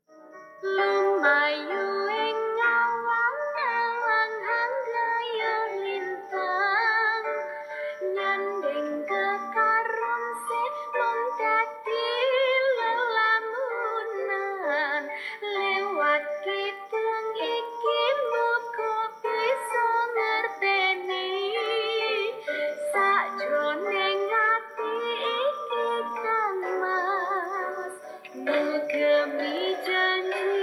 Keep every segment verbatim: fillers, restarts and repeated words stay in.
Lumayu ing ngawang-ngawang hanggaya lintang nyanding kekaron sih mung dadi lelamunan lewat kidung iki muga bisa ngerteni sakjroning ati iki kan mas ngugemi janji.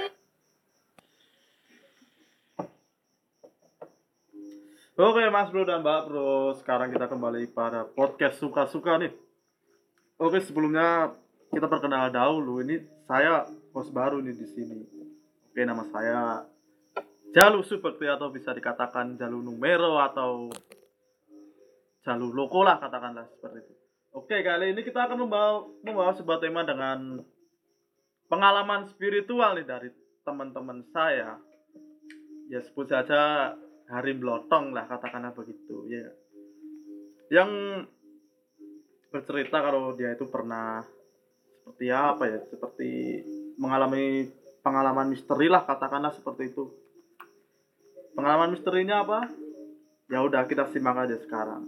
Oke Mas Bro dan Mbak Bro, sekarang kita kembali pada podcast suka-suka nih. Oke, sebelumnya kita perkenal dahulu. Ini saya host baru nih di sini. Oke, nama saya Jalu seperti atau bisa dikatakan Jalu Numero atau Jalu Loko lah katakanlah seperti itu. Oke, kali ini kita akan membawa, membawa sebuah tema dengan pengalaman spiritual nih dari teman-teman saya. Ya sebut saja Hari Blotong lah katakanlah begitu ya. Yang bercerita kalau dia itu pernah seperti apa ya, seperti mengalami pengalaman misteri lah katakanlah seperti itu. Pengalaman misterinya apa? Ya udah kita simak aja sekarang.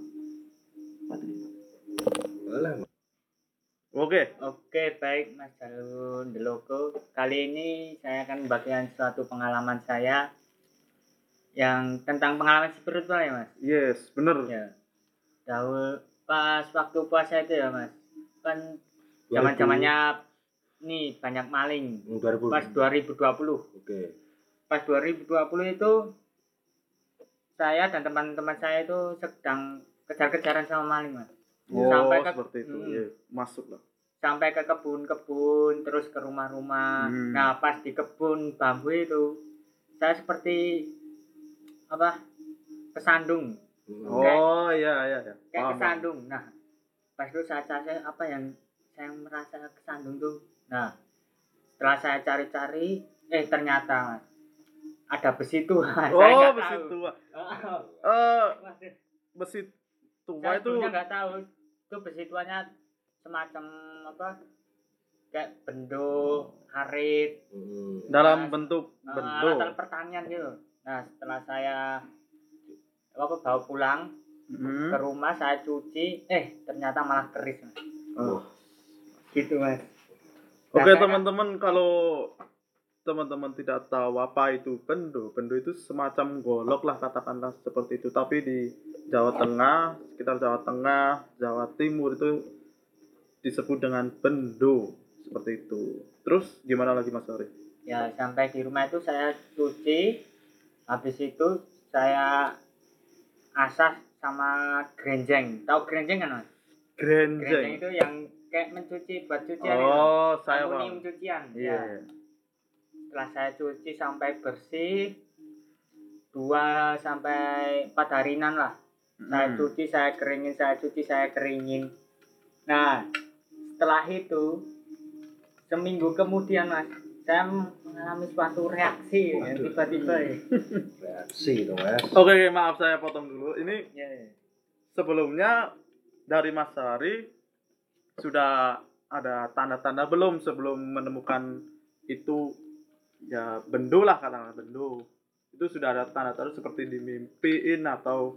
Oke. Oke, baik Mas Jalun Deloko. Kali ini saya akan membagikan suatu pengalaman saya yang tentang pengalaman spiritual ya Mas. Yes, bener. Ya. Dahulu pas waktu puasa itu ya Mas. Kan zaman-zamannya nih banyak maling. dua ribu Pas dua ribu dua puluh. Oke. Pas dua ribu dua puluh itu saya dan teman-teman saya itu sedang kejar-kejaran sama maling Mas. Oh, Sampai ke, seperti itu. hmm, Ya, masuk lah. sampai ke kebun-kebun terus ke rumah-rumah. Hmm. Nah, pas di kebun bambu itu saya seperti apa? Kesandung. Oh, iya iya iya. Kayak Paham. kesandung. Nah, pas itu saya cari apa yang saya merasa kesandung tuh. Nah, setelah saya cari-cari, eh ternyata Mas, ada besi tua. Saya Oh, nggak besi tahu. tua. Oh, Eh, Waduh. besi tua Saya itu sebelumnya nggak tahu itu besi tuanya semacam apa? Kayak bendo, harit, dalam bentuk uh, bendo. alat pertanian gitu. Nah, setelah saya apa bawa pulang Hmm. ke rumah saya cuci, eh ternyata malah keris Mas. Oh. Gitu Mas. Oke Nah, saya teman-teman, kalau teman-teman tidak tahu apa itu bendo, bendo itu semacam golok lah katakanlah seperti itu. Tapi di Jawa Tengah, sekitar Jawa Tengah, Jawa Timur itu disebut dengan bendo seperti itu. Terus gimana lagi Mas Ari? ya sampai di rumah itu saya cuci, habis itu saya asah sama grenjeng. Tahu grenjeng kan Mas? Grenjeng Grenjeng. itu yang kayak mencuci buat cucian itu. Oh, saya Aluminium paham. cucian. Iya. Ya. Setelah saya cuci sampai bersih dua sampai empat harian lah. Saya Hmm. cuci, saya keringin, saya cuci, saya keringin. Nah, setelah itu seminggu kemudian Mas, saya mengalami suatu reaksi yang tiba-tiba ya. Reaksi itu Mas. Oke, maaf saya potong dulu. Ini Ya, ya. sebelumnya dari Mas Ari sudah ada tanda-tanda belum sebelum menemukan itu ya bendo lah katakanlah bendo. Itu sudah ada tanda-tanda seperti dimimpiin atau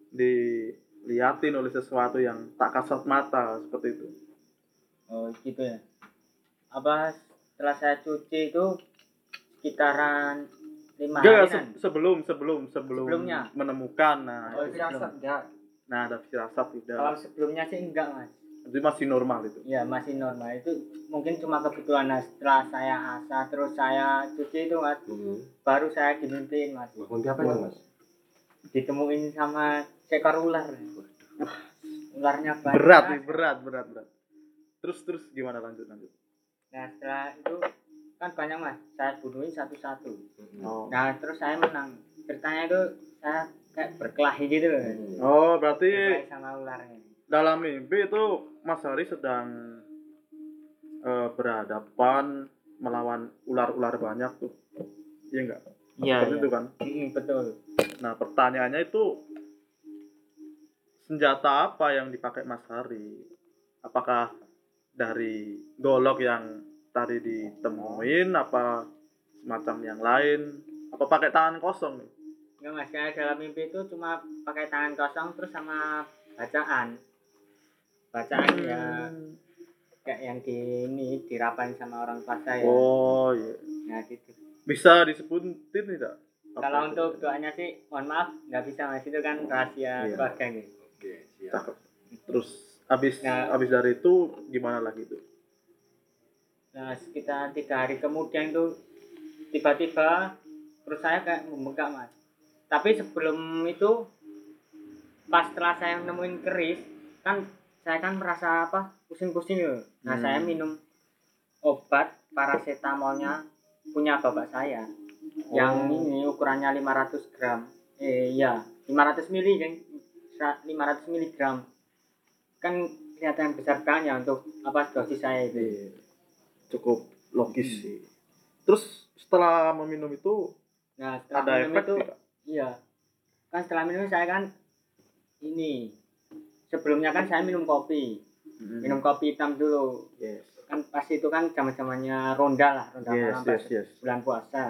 diliatin oleh sesuatu yang tak kasat mata seperti itu. Oh gitu ya. Apa setelah saya cuci itu sekitaran lima Enggak, harian. se- sebelum sebelum sebelum Sebelumnya? menemukan nah, Oh, itu. firasat enggak. Nah ada firasat tidak. Kalau sebelumnya sih enggak Mas. Itu masih normal itu. Ya masih normal, itu mungkin cuma kebetulan. Nah, setelah saya asah terus saya cuci itu Mas, Hmm. baru saya dimimpiin Mas, Wah, mimpi apa itu Mas? ditemuin sama seekor ular. Ularnya banyak. Berat nih, berat berat berat. Terus terus gimana lanjut lanjut? Nah setelah itu kan banyak Mas, saya bunuhin satu-satu. Oh. Nah terus saya menang. Ceritanya itu saya kayak berkelahi gitu loh. Oh, berarti Berkelahi sama ularnya. dalam mimpi itu Mas Hari sedang eh, berhadapan melawan ular-ular banyak tuh. Iya enggak? Iya. Seperti itu kan? Mm, betul. Nah, pertanyaannya itu senjata apa yang dipakai Mas Hari? Apakah dari golok yang tadi ditemuin apa semacam yang lain? Apa pakai tangan kosong nih? Enggak mas, kayak dalam mimpi itu cuma pakai tangan kosong terus sama bacaan. Bacaan ya Hmm. kayak yang di ini dirapain sama orang tua saya. Oh iya. Nah gitu. Bisa disebutin tidak? Apa Kalau itu? untuk doanya sih, mohon maaf, nggak bisa mas, itu kan rahasia Iya. keluarga nih. Oke, siap. Cakep. Terus abis Nah. abis dari itu gimana lagi tuh? Nah sekitar tiga hari kemudian itu tiba-tiba perut saya kayak membengkak mas. Tapi sebelum itu, pas setelah saya nemuin keris, kan saya kan merasa apa pusing-pusing ya. Nah Hmm. saya minum obat paracetamolnya punya bapak saya. Yang Oh. ini ukurannya lima ratus gram. Eh iya, lima ratus mili kan, lima ratus miligram. Kan kelihatan besar kan ya untuk apa dosis saya itu. Iya. Cukup logis Hmm. sih. Terus setelah meminum itu Nah setelah ada minum efek itu, tidak? iya. Kan setelah minum saya kan ini sebelumnya kan saya minum kopi, Hmm. minum kopi hitam dulu. Yes. Kan pas itu kan zaman-zamannya ronda lah, ronda Yes, malam yes, pas yes. bulan puasa.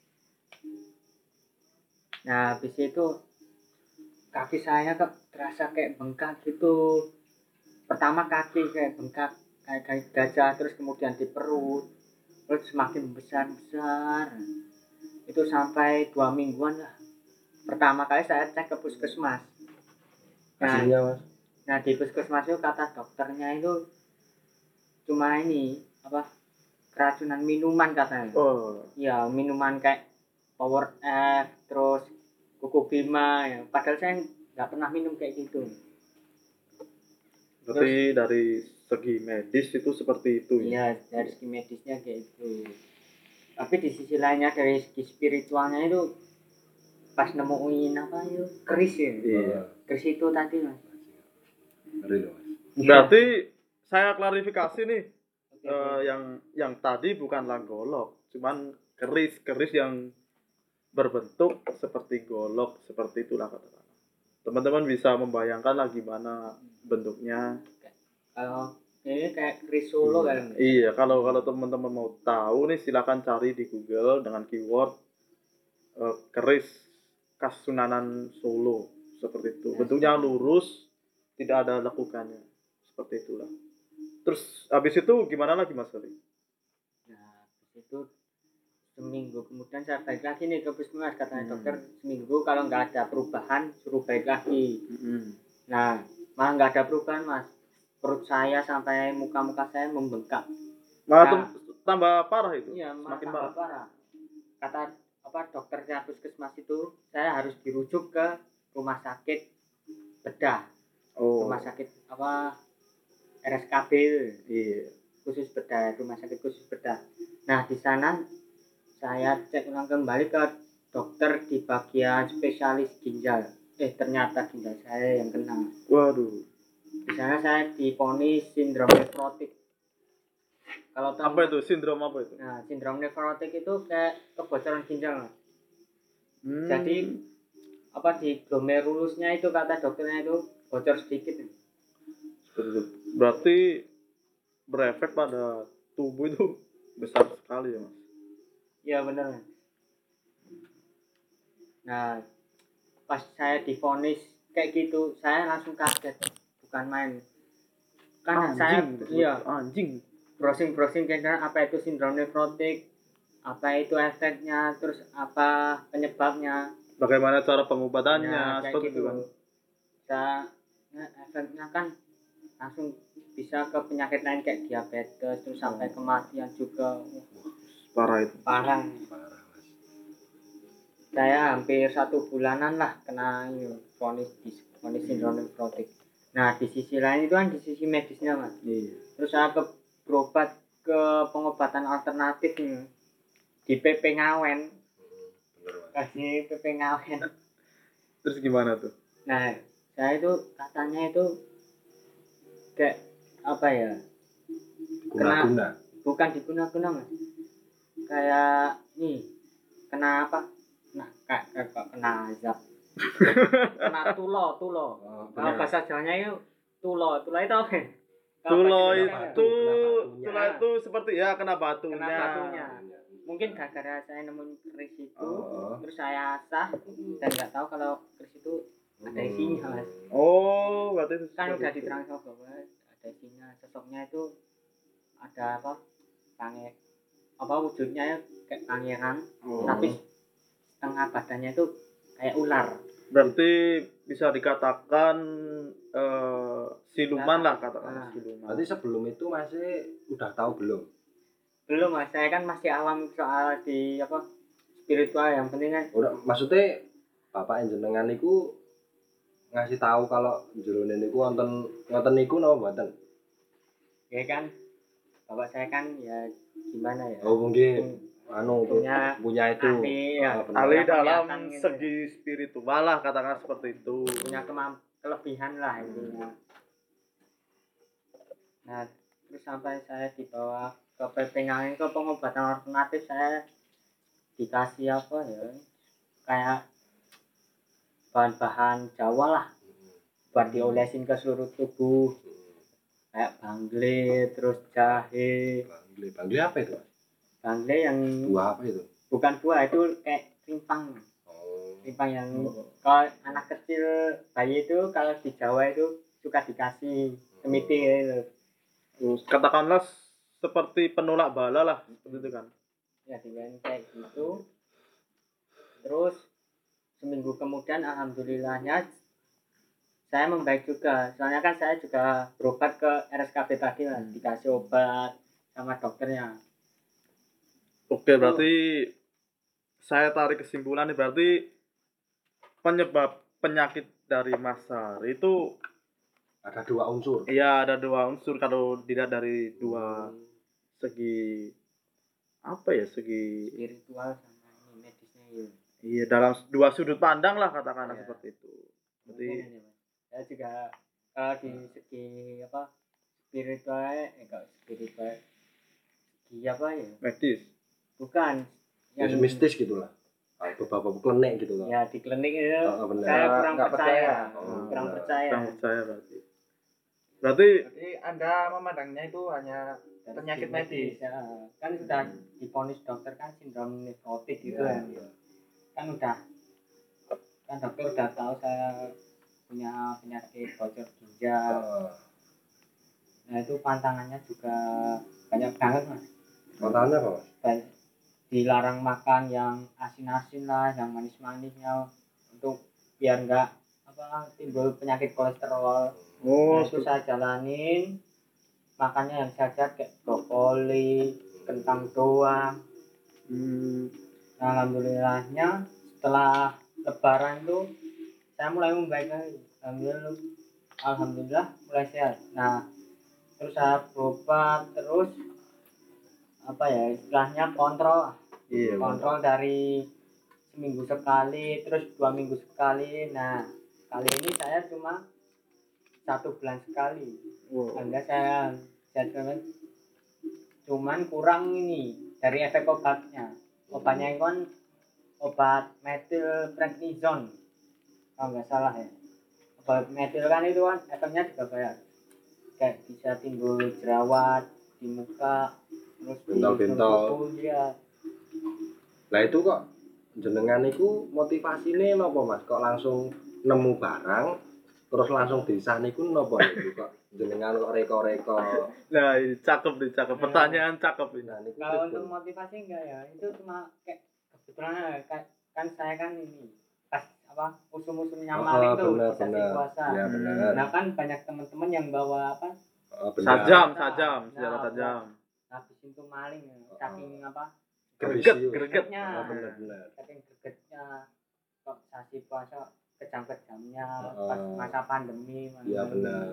Nah habis itu kaki saya kok terasa kayak bengkak gitu. Pertama kaki kayak bengkak kayak kayak gajah, terus kemudian di perut, terus semakin besar-besar. Itu sampai dua mingguan lah. Pertama kali saya cek ke puskesmas. Nah, Hasilnya mas? nah di puskesmas itu kata dokternya itu cuma ini apa keracunan minuman katanya. Oh. Ya minuman kayak Power F, terus Kuku Bima ya. Padahal saya nggak pernah minum kayak gitu. Berarti dari segi medis itu seperti itu ya? Iya, dari segi medisnya kayak itu. Tapi di sisi lainnya dari segi spiritualnya itu pas nemuin apa itu keris ya. Iya. Keris itu tadi mas. Ngeri loh mas. Berarti saya klarifikasi nih, Oke, eh, yang yang tadi bukanlah golok, cuman keris-keris yang berbentuk seperti golok, seperti itulah katakanlah. Teman-teman bisa membayangkan lah gimana bentuknya. kalau ini kayak keris Solo kan. Iya, kalau kalau teman-teman mau tahu nih silakan cari di Google dengan keyword eh, keris Kasunanan Solo seperti itu. Bentuknya lurus, tidak ada lekukannya. Seperti itulah. Terus habis itu gimana lagi Mas Ferry? Nah, itu seminggu kemudian saya balik lagi nih ke puskesmas, katanya Hmm. dokter seminggu kalau nggak ada perubahan suruh balik lagi. Mm-mm. Nah malah nggak ada perubahan mas, perut saya sampai muka-muka saya membengkak. Malah Nah. tem- tambah parah itu. Iya malah Semakin tambah parah. parah. Kata apa dokternya puskesmas itu saya harus dirujuk ke rumah sakit bedah, Oh. rumah sakit apa R S K B Iya. khusus bedah, rumah sakit khusus bedah. Nah di sana saya cek ulang kembali ke dokter di bagian spesialis ginjal. Eh ternyata ginjal saya yang kena. Waduh. Di sana saya divonis sindrom nefrotik. Kalau tahu- Apa itu? Sindrom apa itu? Nah sindrom nefrotik itu kayak kebocoran ginjal mas. Hmm. Jadi apa di glomerulusnya itu kata dokternya itu bocor sedikit. Seperti itu. Berarti berefek pada tubuh itu besar sekali ya Mas. Iya benar. Mas. Nah pas saya divonis kayak gitu saya langsung kaget, bukan main. Kan saya Anjing. iya Anjing. browsing-browsing kira apa itu sindrom nefrotik, apa itu efeknya, terus apa penyebabnya. Bagaimana cara pengobatannya? Nah, kayak Seperti gitu itu kan. Bisa ya, efeknya kan langsung bisa ke penyakit lain kayak diabetes, terus sampai kematian juga. Wah, Parah itu. parah. Parah mas. Saya hampir satu bulanan lah kena ini vonis vonis sindrom nefrotik. Nah di sisi lain itu kan di sisi medisnya mas. Iya. Terus saya ke berobat ke pengobatan alternatif nih di P P Ngawen, Bener mas. kasih P P Ngawen. Terus gimana tuh? Nah saya itu katanya itu kayak apa ya, Guna-guna. bukan diguna-guna mas, kayak nih kena apa, nah kayak kayak kok kena azab, kena tulo tulo. Oh, Kalau bener. bahasa Jawanya itu tulo, tulo itu apa? Kalau Tulo pas itu, kena tulo itu seperti ya kena batunya. Kena batunya. Mungkin gara-gara saya nemuin keris itu, Oh. terus saya asah dan nggak tahu kalau keris itu ada isinya, Mas. Oh, berarti itu Kan seperti udah itu. diterangkan bahwa ada isinya. Sosoknya itu ada apa? Pange apa wujudnya ya kayak pangeran, Oh. tapi setengah badannya itu kayak ular. Berarti bisa dikatakan eh, siluman lah katakan Nah. siluman. Berarti sebelum itu masih udah tahu belum? Belum, Mas. Saya kan masih awam soal di apa spiritual, yang penting kan Udah, maksudnya bapak jenengan niku ngasih tahu kalau jerone niku wonten ngoten niku napa mboten? ya kan bapak saya kan ya gimana ya? Oh, mungkin anu Punya punya itu. ahli, ya. Oh, benar. Ahli Punya dalam penglihatan gitu. segi spiritual lah katakan seperti itu. Punya kemamp kelebihan lah intinya. Nah, terus sampai saya dibawa ke P P Ngawen ke pengobatan alternatif, saya dikasih apa ya? Kayak bahan-bahan Jawa lah buat diolesin ke seluruh tubuh, kayak bangle, terus jahe. Bangle, bangle apa itu? Bangle yang Buah apa itu? bukan buah, itu kayak rimpang. Oh. Rimpang yang kalau anak kecil bayi itu kalau di Jawa itu suka dikasih semiti gitu. Terus katakanlah seperti penolak bala lah seperti itu kan. Ya dengan kayak gitu. Terus seminggu kemudian alhamdulillahnya saya membaik juga. Soalnya kan saya juga berobat ke R S K B tadi lah, dikasih obat sama dokternya. Oke, berarti saya tarik kesimpulan nih, berarti penyebab penyakit dari Mas Sari itu Ada dua unsur. iya ada dua unsur kalau dilihat dari dua segi apa ya segi Spiritual sama ini medisnya ya. iya dalam dua sudut pandang lah katakanlah Iya. seperti itu. Mungkin Berarti ini, Mas. Saya juga kalau di segi apa spiritual, eh kalau spiritual segi apa ya? medis. Bukan Ya mistis gitu lah. Beberapa klinik gitu lah. ya di klinik itu Oh, benar. saya kurang Nggak percaya, percaya. Oh, kurang benar. percaya. Kurang percaya berarti. Berarti Jadi Anda memandangnya itu hanya Dari penyakit segi medis. ya. Kan sudah divonis dokter kan sindrom nefrotik gitu Iya, kan. Kan udah kan dokter udah tahu saya punya penyakit bocor ginjal. Oh. Nah itu pantangannya juga banyak banget, Mas. Katanya kok. Banyak dilarang makan yang asin-asin lah, yang manis-manisnya untuk biar enggak apa timbul penyakit kolesterol. oh Nah, itu saya jalanin makannya yang sehat kayak brokoli, kentang doang. hmm, Nah, alhamdulillahnya setelah lebaran tuh saya mulai membaik lagi. Alhamdulillah, alhamdulillah mulai sehat. Nah, terus saya berobat terus apa ya istilahnya kontrol, iya kontrol dari seminggu sekali, terus dua minggu sekali. Nah, kali ini saya cuma satu bulan sekali. wow. Anda saya jadwalkan cuman kurang ini dari efek obatnya. Obatnya itu kan obat methylprednison kalau nggak salah ya. Obat metil kan itu kan efeknya juga kayak kayak bisa timbul jerawat di muka, terus di Bentol-bentol. tubuh dia. Lah itu kok jenengan niku motivasine napa Mas? Kok langsung nemu barang terus langsung desa niku napa niku kok jenengan kok reko-reko. Nah, ini cakep nih, cakep. Pertanyaan cakep ini. Nah niku Kalau betul. untuk motivasi enggak ya, itu cuma kayak kebetulan kan, kan saya kan ini pas apa usum-usumnya Oh, maling tuh benar, bisa benar. puasa. Ya benar. Nah kan banyak teman-teman yang bawa apa Oh, benar. Sajam, sajam, Nah, senjata tajam. habisin tuh maling ya. Saking apa Greget, Ambisius. greget. gregetnya, Oh, benar-benar. saking gregetnya kok sasi puasa kejam-kejamnya Oh. pas masa pandemi. Iya benar.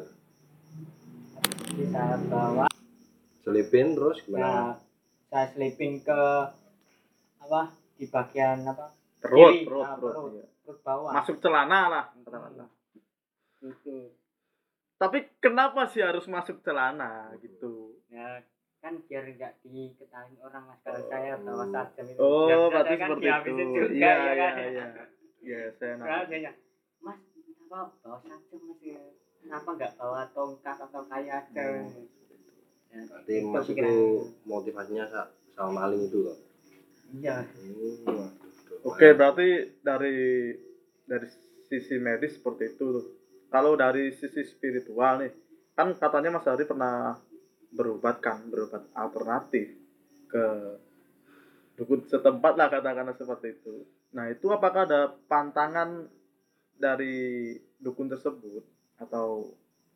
Jadi saya bawa, Selipin terus gimana? nah, saya selipin ke apa di bagian apa Perut, kiri, perut, nah, perut. perut, iya. perut bawah. Masuk celana lah katakanlah. Gitu. Tapi kenapa sih harus masuk celana gitu? Ya kan biar nggak diketahui orang mas kalau saya bawa sajam itu. Oh, Ya, berarti saya kan seperti dihabisin itu. juga, Iya, ya iya, kan? iya. Iya, saya Nah, nangkep. dia bilang, mas apa bawa sajam mas ya? kenapa nggak bawa tongkat atau kayu aja. Ya, Berarti itu Mas pikiran. itu motivasinya sa- sama maling itu loh. Iya. Hmm, waduh, waduh. Oke, berarti dari dari sisi medis seperti itu tuh. Kalau dari sisi spiritual nih, kan katanya Mas Hari pernah berobat kan, berobat alternatif ke dukun setempat lah katakanlah seperti itu. Nah, itu apakah ada pantangan dari dukun tersebut atau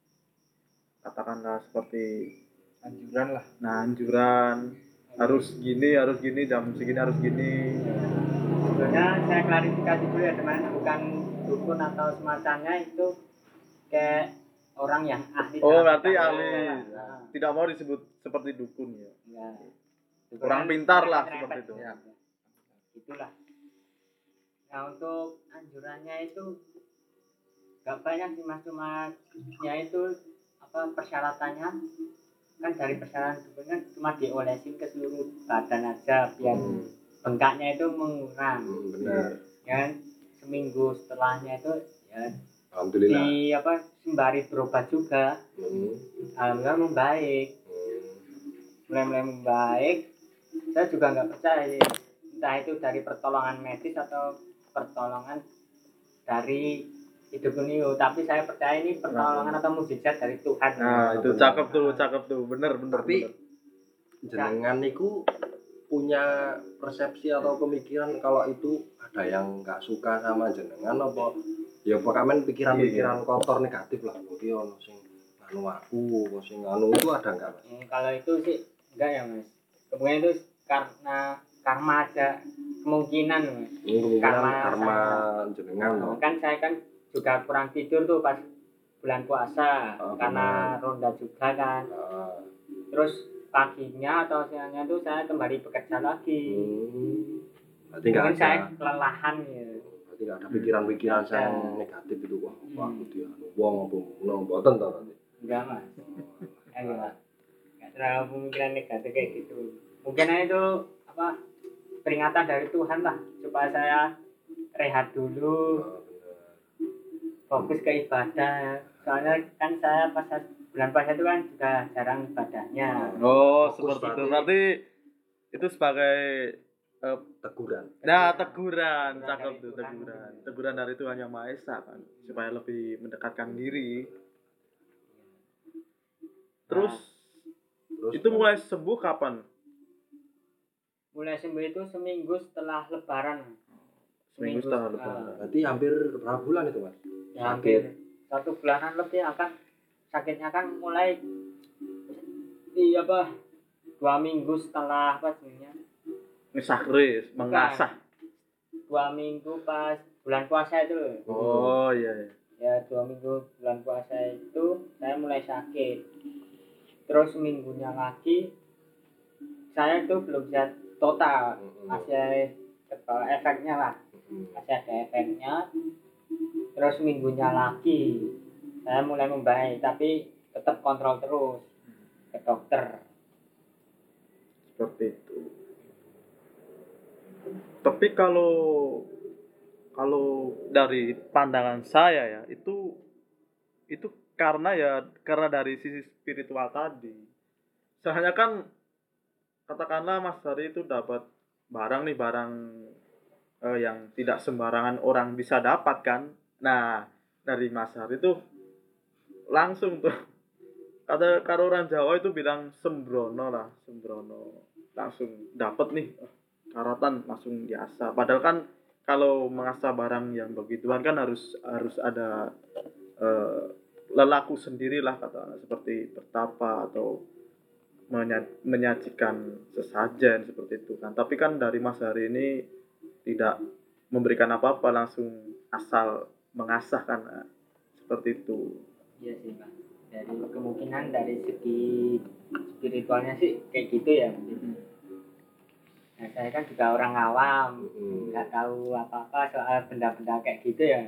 katakanlah seperti Anjuran lah. nah anjuran harus gini, harus gini, jam segini harus gini. Sebenarnya saya klarifikasi dulu ya teman, bukan dukun atau semacamnya, itu kayak orang yang ahli. Oh, dalam berarti bidang ahli. ilmu lah. Nah, Tidak mau disebut seperti dukun ya. ya. Kurang Dukun pintar kan lah nyerempet, seperti itu. ya. Itulah. Nah, untuk anjurannya itu gak banyak sih mas, cuma ya itu apa persyaratannya kan, dari persyaratan dukunnya cuma diolesin ke seluruh badan aja biar Hmm, bengkaknya itu mengurang. hmm, benar. Ya seminggu setelahnya itu ya Alhamdulillah. di apa sembari berobat juga, Hmm, alhamdulillah membaik, hmm. mulai-mulai membaik. Saya juga nggak percaya sih, entah itu dari pertolongan medis atau pertolongan dari hidup dunia, tapi saya percaya ini pertolongan atau mukjizat dari Tuhan. Nah, itu cakep tuh, cakep tuh. Bener, bener. Tapi bener. jenengan niku punya persepsi atau pemikiran kalau itu ada yang nggak suka sama jenengan apa ya pokoknya pikiran-pikiran kotor negatif lah mungkin ono sing anu aku ono sing anu itu ada nggak Mas? Hmm, kalau itu sih enggak ya mas, kemudian itu karena karma aja, kemungkinan mas. Ini kemungkinan Karma karma saya. jenengan loh. Kan saya kan juga kurang tidur tuh pas bulan puasa, Oh, karena ronda juga kan. Ah, Terus paginya atau siangnya tuh saya kembali bekerja lagi. hmm. Berarti nggak Mungkin ada. saya kelelahan ya. Berarti nggak ada pikiran-pikiran Nggak yang ada. negatif itu wah Hmm. wah aku dia anu wong apa ngono mboten to nanti. Enggak mas, enggak, enggak terlalu pemikiran negatif kayak gitu. Mungkin aja itu apa peringatan dari Tuhan lah supaya saya rehat dulu, Ah, benar. fokus ke ibadah. Soalnya kan saya pas bulan puasa itu kan juga jarang ibadahnya. Oh, Fokus seperti itu. berarti. Berarti itu sebagai eh, Teguran. nah teguran, Teguran cakep dari tuh Tuhan. teguran. Teguran dari Tuhan Yang Maha Esa kan, supaya lebih mendekatkan diri. Terus Terus itu mulai sembuh kapan? Mulai sembuh itu seminggu setelah Lebaran. Seminggu setelah Lebaran. ah, berarti hampir berapa bulan itu Mas? ya, hampir satu bulanan lebih akan sakitnya kan mulai di apa dua minggu setelah apa sebenarnya Ngesah keris, mengasah. dua minggu pas bulan puasa itu loh. Oh iya, iya. Ya dua minggu bulan puasa itu saya mulai sakit, terus minggunya lagi saya itu belum bisa total, masih terbawa efeknya lah, Hmm. masih ada efeknya. Terus minggunya lagi saya mulai membaik, tapi tetap kontrol terus ke dokter. Seperti itu. Tapi kalau kalau dari pandangan saya ya itu itu karena ya karena dari sisi spiritual tadi. Soalnya kan katakanlah Mas Hari itu dapat barang nih barang eh, yang tidak sembarangan orang bisa dapat kan. Nah, dari Mas Hari itu langsung tuh kata karo orang Jawa itu bilang sembrono lah, sembrono. Langsung dapat nih eh, karatan langsung diasah. Padahal kan kalau mengasah barang yang begituan kan harus harus ada eh, lelaku sendirilah kata seperti bertapa atau menya- menyajikan sesajen seperti itu kan. Tapi kan dari Mas Hari ini tidak memberikan apa-apa, langsung asal mengasah kan. Nah, seperti itu. Iya sih Pak. Dari kemungkinan dari segi spiritualnya sih kayak gitu ya. Nah, saya kan juga orang awam, Hmm. nggak tahu apa-apa soal benda-benda kayak gitu ya.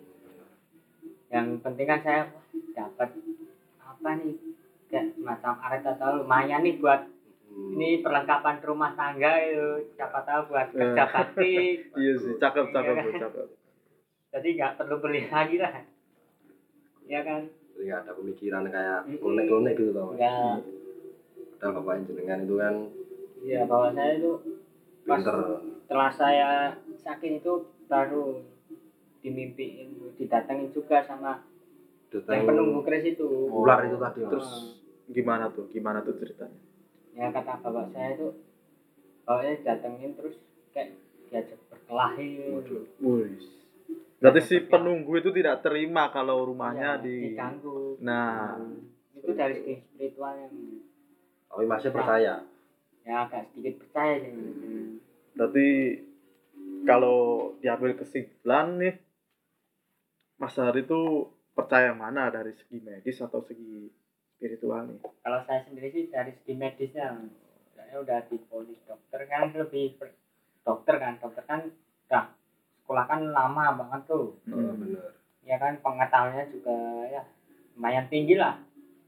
Yang penting kan saya wah, dapat apa nih, kayak semacam aret atau lumayan nih buat Hmm. ini perlengkapan rumah tangga itu, siapa tahu buat kerja bakti. Iya sih, cakep cakep Iya tuh, kan? cakep. Jadi nggak perlu beli lagi lah, ya kan? Jadi nggak ada pemikiran kayak Mm-mm. klonek-klonek gitu tau. Enggak. Padahal bapak jenengan itu kan Iya, bahwa saya itu pas pinter. setelah saya sakit itu baru dimimpiin, didatengin juga sama yang Datang penunggu keris itu. ular itu tadi. Terus gimana tuh? Gimana tuh ceritanya? Ya kata bapak saya itu, bapaknya datengin terus kayak diajak berkelahi. Wih. Berarti si penunggu itu tidak terima kalau rumahnya Ya, di diganggu. Nah, Itu dari segi spiritual yang Tapi masih percaya. ya agak sedikit percaya sih. berarti kalau diambil kesimpulan nih, Mas Hari itu percaya yang mana dari segi medis atau segi spiritual nih? Kalau saya sendiri sih dari segi medisnya, saya udah diponis dokter kan lebih per- dokter kan, dokter kan udah sekolah kan lama banget tuh, Oh, bener. ya kan pengetahuannya juga ya lumayan tinggi lah.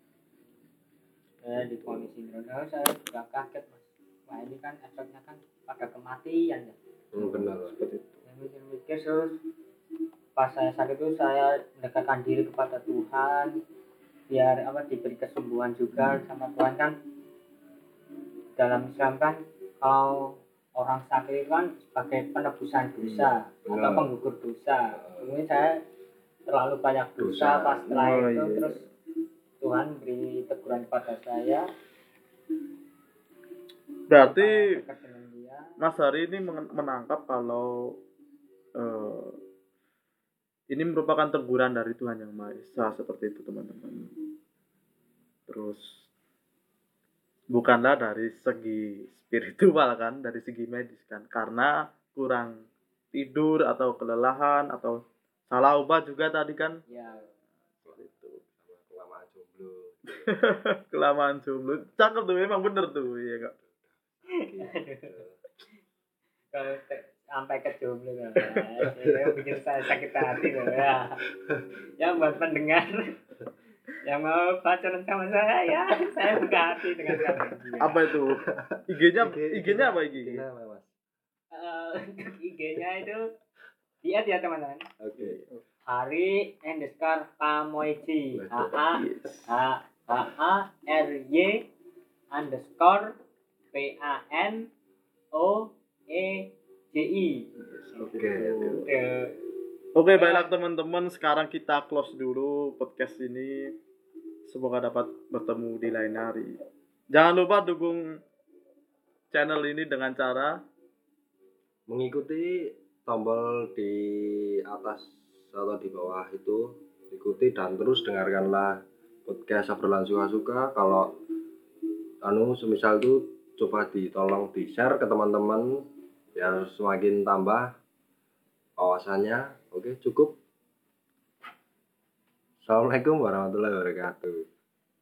Saya diponis sindrom, saya juga kaget mas. Wah ini kan efeknya kan pada kematian ya. Hmm, bener. Seperti itu. Saya mikir-mikir terus pas saya sakit itu saya mendekatkan diri kepada Tuhan biar apa diberi kesembuhan juga sama Tuhan kan. Dalam Islam kan kalau orang sakit itu kan sebagai penebusan dosa Benar. atau penggugur dosa. Mungkin saya terlalu banyak dosa Dosa. pas setelah Oh, itu iya. terus Tuhan beri teguran kepada saya. Berarti saya dekat dengan dia. Mas Hari ini men- menangkap kalau eh, ini merupakan teguran dari Tuhan Yang Maha Esa, seperti itu teman-teman. Terus bukanlah dari segi spiritual kan, dari segi medis kan, karena kurang tidur atau kelelahan atau salah obat juga tadi kan, Ya, seperti itu. Sama kelamaan jomblo. Kelamaan jomblo, cakep tuh, memang bener tuh, iya kak. kalau te- sampai ke jomblo kan, saya bikin saya sakit hati loh ya. Ya buat pendengar yang mau pacaran sama saya ya, saya buka hati dengan kalian. Apa itu? I G-nya, I G- I G-nya apa I G? Gimana, Mas? Eh, I G-nya itu lihat ya teman-teman. Oke. Hari underscore Pamoici. H A Yes. H H A R Y underscore P A N O E J I. Oke, oke. Eh, Oke, baiklah teman-teman, sekarang kita close dulu podcast ini. Semoga dapat bertemu di lain hari. Jangan lupa dukung channel ini dengan cara Mengikuti tombol di atas atau di bawah itu, ikuti dan terus dengarkanlah podcast obrolan suka-suka. Kalau anu semisal itu coba ditolong di share ke teman-teman biar semakin tambah wawasannya. Oke, cukup. Assalamualaikum warahmatullahi wabarakatuh.